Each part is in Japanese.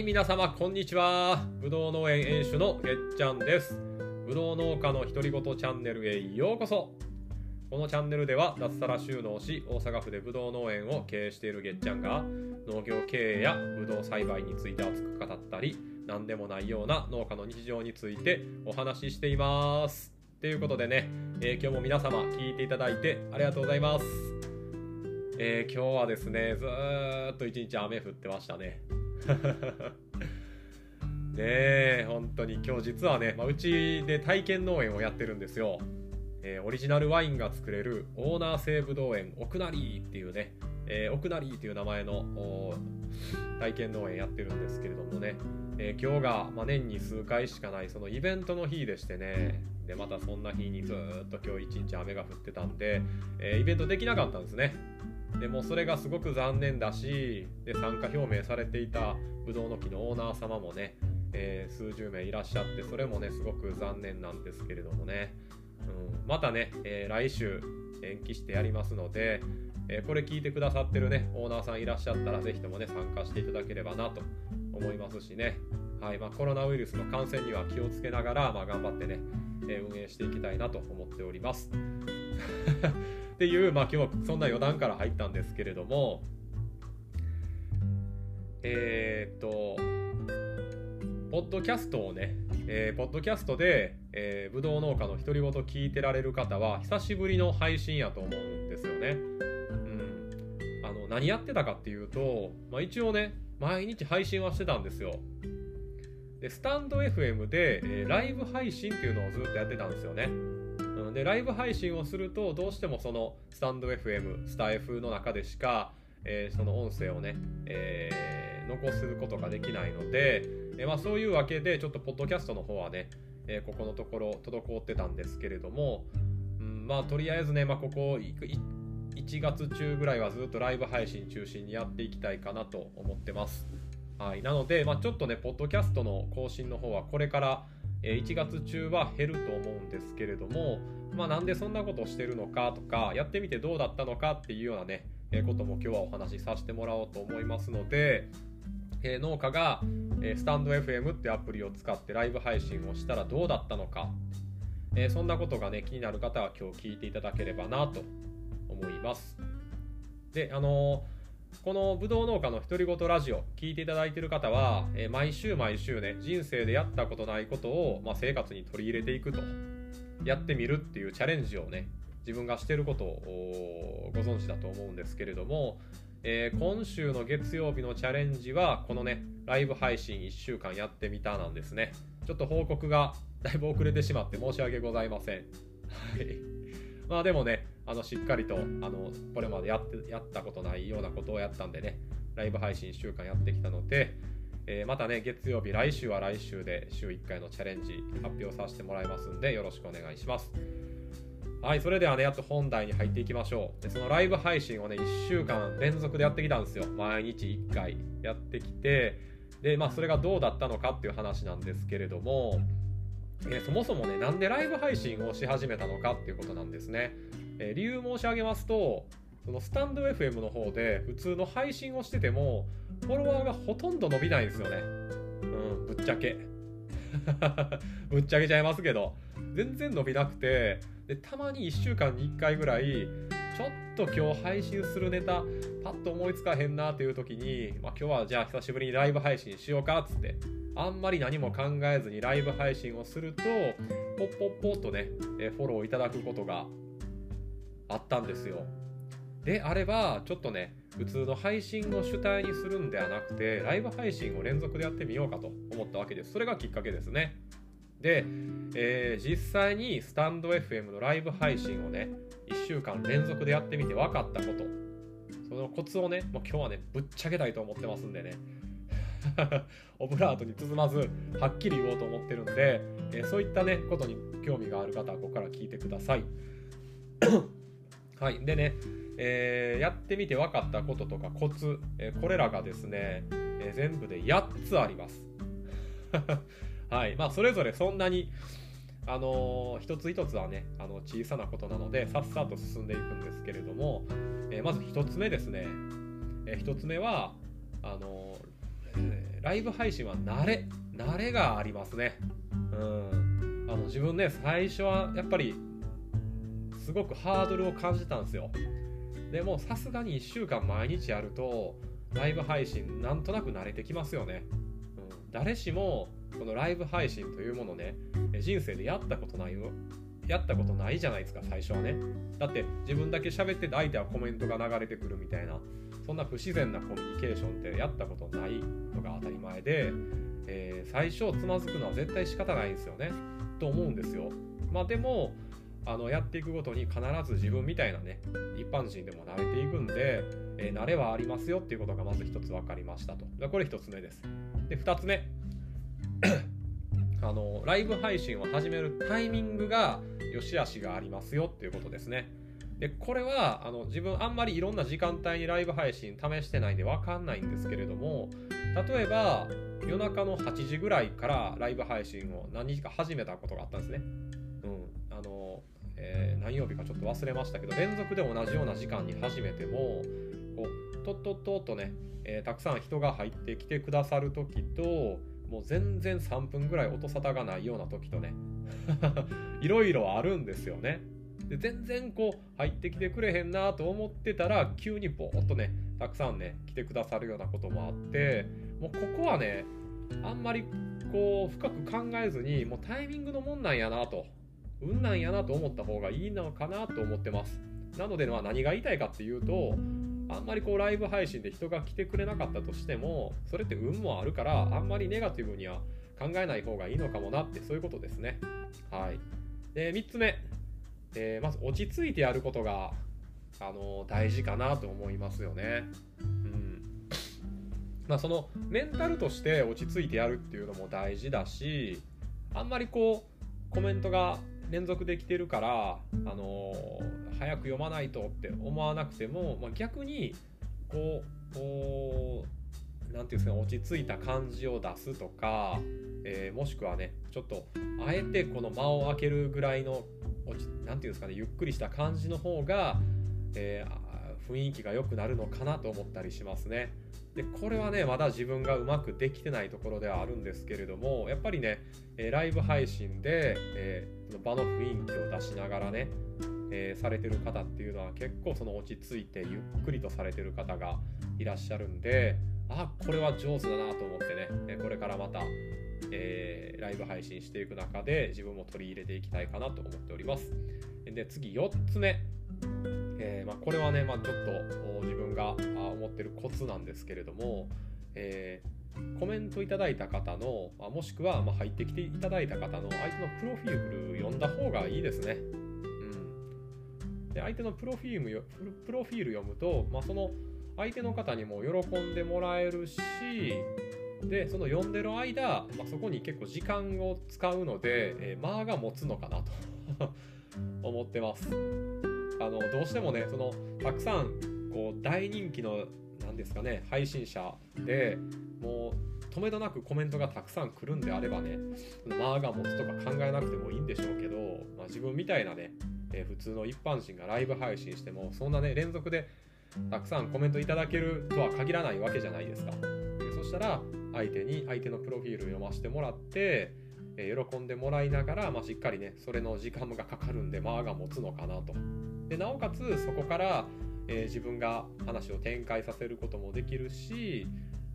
はい皆様こんにちは。ぶどう農園園主のげっちゃんです。ぶどう農家の独り言チャンネルへようこそ。このチャンネルでは脱サラ収納し大阪府でぶどう農園を経営しているげっちゃんが農業経営やぶどう栽培について熱く語ったり何でもないような農家の日常についてお話ししています。ということでね、今日も皆様聞いていただいてありがとうございます。今日はですねずーっと一日雨降ってましたね。ねえ本当に今日実はね、うちで体験農園をやってるんですよ。オリジナルワインが作れるオーナー制ぶどう園奥成っていうね、奥成っていう名前の体験農園やってるんですけれどもね、今日が、年に数回しかないそのイベントの日でしてね、でまたそんな日にずっと今日一日雨が降ってたんで、イベントできなかったんですね。でもそれがすごく残念だし、で参加表明されていたぶどうの木のオーナー様もね、数十名いらっしゃって、それもねすごく残念なんですけれどもね、またね、来週延期してやりますので、これ聞いてくださってるねオーナーさんいらっしゃったらぜひともね参加していただければなと思いますしね、はい、コロナウイルスの感染には気をつけながら、頑張ってね、運営していきたいなと思っておりますっていう、今日はそんな余談から入ったんですけれども、ポッドキャストをね、ポッドキャストで、ぶどう農家の独り言聞いてられる方は久しぶりの配信やと思うんですよね。何やってたかっていうと、一応ね毎日配信はしてたんですよ。でスタンド FM で、ライブ配信っていうのをずっとやってたんですよね。でライブ配信をするとどうしてもそのスタンド FM スタ F の中でしか、その音声をね、残すことができないので、そういうわけでちょっとポッドキャストの方はね、ここのところ滞ってたんですけれども、とりあえずね、ここ1月中ぐらいはずっとライブ配信中心にやっていきたいかなと思ってます。はい、なので、ちょっとねポッドキャストの更新の方はこれから1月中は減ると思うんですけれども、なんでそんなことをしてるのかとかやってみてどうだったのかっていうようなねことも今日はお話しさせてもらおうと思いますので、農家がスタンド FM ってアプリを使ってライブ配信をしたらどうだったのか、そんなことがね気になる方は今日聞いていただければなと思います。でこのぶどう農家の独り言ラジオ聞いていただいている方は、毎週ね人生でやったことないことを、生活に取り入れていくと、やってみるっていうチャレンジをね自分がしていることをご存知だと思うんですけれども、今週の月曜日のチャレンジはこのねライブ配信1週間やってみたなんですね。ちょっと報告がだいぶ遅れてしまって申し訳ございません。はい。でもねしっかりとこれまでやったことないようなことをやったんでね、ライブ配信1週間やってきたので、またね月曜日来週は来週で週1回のチャレンジ発表させてもらいますんでよろしくお願いします。はい、それではねやっと本題に入っていきましょう。でそのライブ配信をね1週間連続でやってきたんですよ。毎日1回やってきて、でそれがどうだったのかっていう話なんですけれども、そもそもねなんでライブ配信をし始めたのかっていうことなんですね。理由申し上げますと、そのスタンド FM の方で普通の配信をしててもフォロワーがほとんど伸びないんですよね。ぶっちゃけぶっちゃけちゃいますけど全然伸びなくて、でたまに1週間に1回ぐらいちょっと今日配信するネタパッと思いつかへんなっていう時に、今日はじゃあ久しぶりにライブ配信しようかっつってあんまり何も考えずにライブ配信をするとポッポッポッとねフォローいただくことがあったんですよ。であればちょっとね普通の配信を主体にするんではなくてライブ配信を連続でやってみようかと思ったわけです。それがきっかけですね。で、実際にスタンド FM のライブ配信をね1週間連続でやってみて分かったこと、そのコツをねもう今日はねぶっちゃけたいと思ってますんでねオブラートに包まずはっきり言おうと思ってるんで、そういったねことに興味がある方はここから聞いてくださいはい、でね、やってみて分かったこととかコツ、これらがですね、全部で8つありますはい、それぞれそんなに一つ一つはね小さなことなのでさっさと進んでいくんですけれども、まず一つ目ですね、一つ目はライブ配信は慣れがありますね。自分ね、最初はやっぱりすごくハードルを感じたんですよ。でもさすがに1週間毎日やるとライブ配信なんとなく慣れてきますよね。誰しもこのライブ配信というものね、人生でやったことないじゃないですか、最初はね。だって自分だけ喋ってて相手はコメントが流れてくるみたいな、そんな不自然なコミュニケーションってやったことないのが当たり前で、最初つまずくのは絶対仕方ないんですよねと思うんですよ。でもやっていくごとに必ず自分みたいなね一般人でも慣れていくんで、慣れはありますよっていうことがまず一つ分かりましたと。これ一つ目です。で2つ目ライブ配信を始めるタイミングが良し悪しがありますよっていうことですね。でこれは自分あんまりいろんな時間帯にライブ配信試してないんで分かんないんですけれども、例えば夜中の8時ぐらいからライブ配信を何日か始めたことがあったんですね。何曜日かちょっと忘れましたけど、連続で同じような時間に始めてもこうとっとね、たくさん人が入ってきてくださる時と、もう全然3分ぐらい音沙汰がないような時とねいろいろあるんですよね。で全然こう入ってきてくれへんなと思ってたら急にボーっとねたくさんね来てくださるようなこともあって、もうここはねあんまりこう深く考えずに、もうタイミングのもんなんやなと、運なんやなと思った方がいいのかなと思ってます。なので何が言いたいかっていうと、あんまりこうライブ配信で人が来てくれなかったとしても、それって運もあるからあんまりネガティブには考えない方がいいのかもなって、そういうことですね。はい。で3つ目、まず落ち着いてやることが大事かなと思いますよね。そのメンタルとして落ち着いてやるっていうのも大事だし、あんまりこうコメントが連続できてるから早く読まないとって思わなくても、逆にこうなんていうんですか、落ち着いた感じを出すとか、もしくはねちょっとあえてこの間を空けるぐらいのなんていうんですかね、ゆっくりした感じの方が、雰囲気が良くなるのかなと思ったりしますね。でこれはねまだ自分がうまくできてないところではあるんですけれども、やっぱりね、ライブ配信で、場の雰囲気を出しながらね、されてる方っていうのは結構その落ち着いてゆっくりとされてる方がいらっしゃるんで、これは上手だなと思ってね、これからまた、ライブ配信していく中で自分も取り入れていきたいかなと思っております。で次4つ目、これはね、ちょっと自分が思ってるコツなんですけれども、コメントいただいた方の、もしくは入ってきていただいた方の相手のプロフィール読んだ方がいいですね。で相手のプロフィール読むと、その相手の方にも喜んでもらえるし、でその読んでる間、そこに結構時間を使うので、間が持つのかなと思ってます。どうしてもねたくさんこう大人気のなんですかね配信者でもう止めどなくコメントがたくさん来るんであればね、間が持つとか考えなくてもいいんでしょうけど、自分みたいなね、普通の一般人がライブ配信してもそんなね連続でたくさんコメントいただけるとは限らないわけじゃないですか。そしたら相手のプロフィールを読ませてもらって喜んでもらいながら、しっかりねそれの時間がかかるんで間が持つのかなと。でなおかつそこから、自分が話を展開させることもできるし、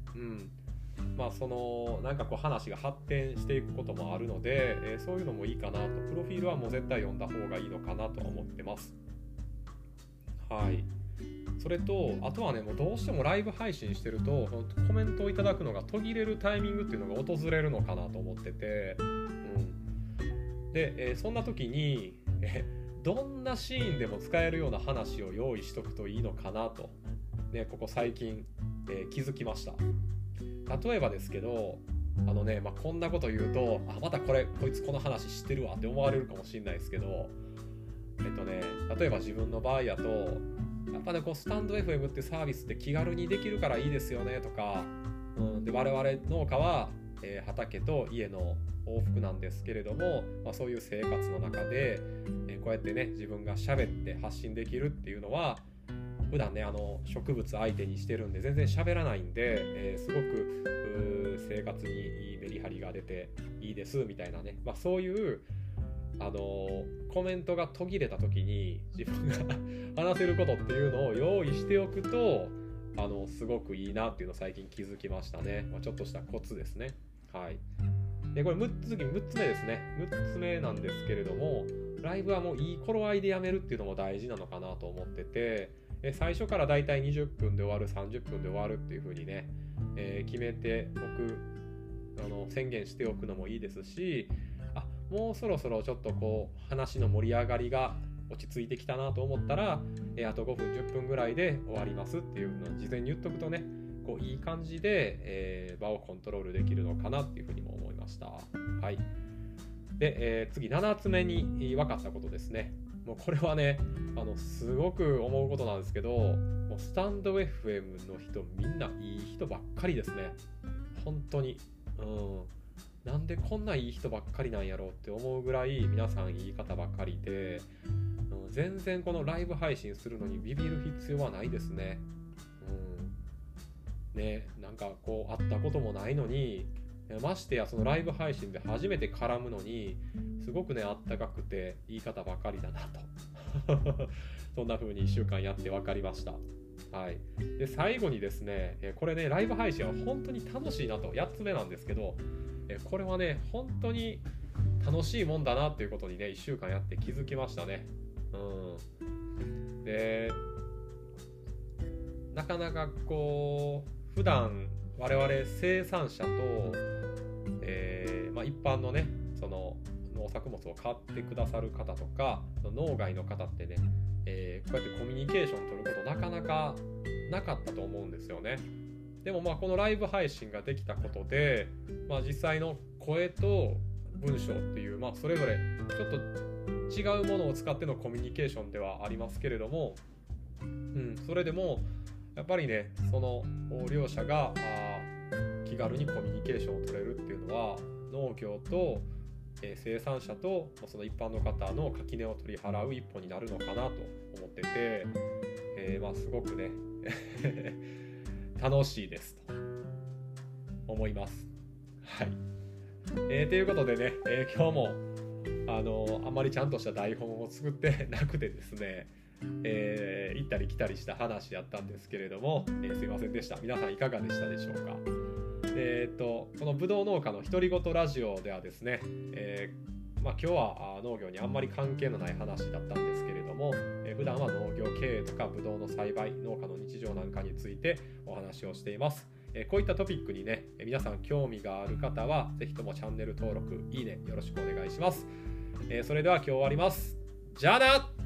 なんかこう話が発展していくこともあるので、そういうのもいいかなと。プロフィールはもう絶対読んだ方がいいのかなと思ってます。はい。それとあとはね、もうどうしてもライブ配信してるとコメントをいただくのが途切れるタイミングっていうのが訪れるのかなと思ってて、で、そんな時にどんなシーンでも使えるような話を用意しとくといいのかなと、ここ最近、気づきました。例えばですけどこんなこと言うとまたこいつこの話知ってるわって思われるかもしれないですけど、例えば自分の場合やとやっぱねスタンド FM ってサービスって気軽にできるからいいですよねとか、で我々農家は、畑と家の往復なんですけれども、そういう生活の中で、こうやってね自分が喋って発信できるっていうのは普段ね植物相手にしてるんで全然喋らないんで、すごく生活にいいメリハリが出ていいですみたいなね、そういうコメントが途切れた時に自分が話せることっていうのを用意しておくとすごくいいなっていうのを最近気づきましたね。ちょっとしたコツですね。はい。でこれ次6つ目ですね。6つ目なんですけれども、ライブはもういい頃合いでやめるっていうのも大事なのかなと思ってて、最初からだいたい20分で終わる、30分で終わるっていう風にね、決めておく、宣言しておくのもいいですし、もうそろそろちょっとこう話の盛り上がりが落ち着いてきたなと思ったら、あと5分10分ぐらいで終わりますっていうのを事前に言っとくとね、こういい感じで、場をコントロールできるのかなっていうふうにも思いました。はい。で、次7つ目に分かったことですね。もうこれはねすごく思うことなんですけど、もうスタンド FM の人みんないい人ばっかりですね。本当に。なんでこんないい人ばっかりなんやろうって思うぐらい皆さんいい方ばっかりで、全然このライブ配信するのにビビる必要はないですね。なんかこう会ったこともないのに、ましてやそのライブ配信で初めて絡むのにすごくねあったかくていい方ばかりだなとそんな風に1週間やって分かりました。はい。で最後にですね、これねライブ配信は本当に楽しいなと、8つ目なんですけど、これはね本当に楽しいもんだなっていうことにね1週間やって気づきましたね。でなかなかこう普段我々生産者と、一般のねその農作物を買ってくださる方とか農外の方ってね、こうやってコミュニケーションを取ることなかなかなかったと思うんですよね。でもこのライブ配信ができたことで、実際の声と文章っていう、それぞれちょっと違うものを使ってのコミュニケーションではありますけれども、それでもやっぱりねその両者が気軽にコミュニケーションを取れるっていうのは農業と、生産者とその一般の方の垣根を取り払う一歩になるのかなと思ってて、すごくね楽しいですと思います。はい。ということでね、今日もあんまりちゃんとした台本を作ってなくてですね、行ったり来たりした話やったんですけれども、すいませんでした。皆さんいかがでしたでしょうか。このぶどう農家の独り言ラジオではですね、今日は農業にあんまり関係のない話だったんですけれども、普段は農業経営とかぶどうの栽培、農家の日常なんかについてお話をしています。こういったトピックにね皆さん興味がある方はぜひともチャンネル登録、いいねよろしくお願いします。それでは今日終わります。じゃあな。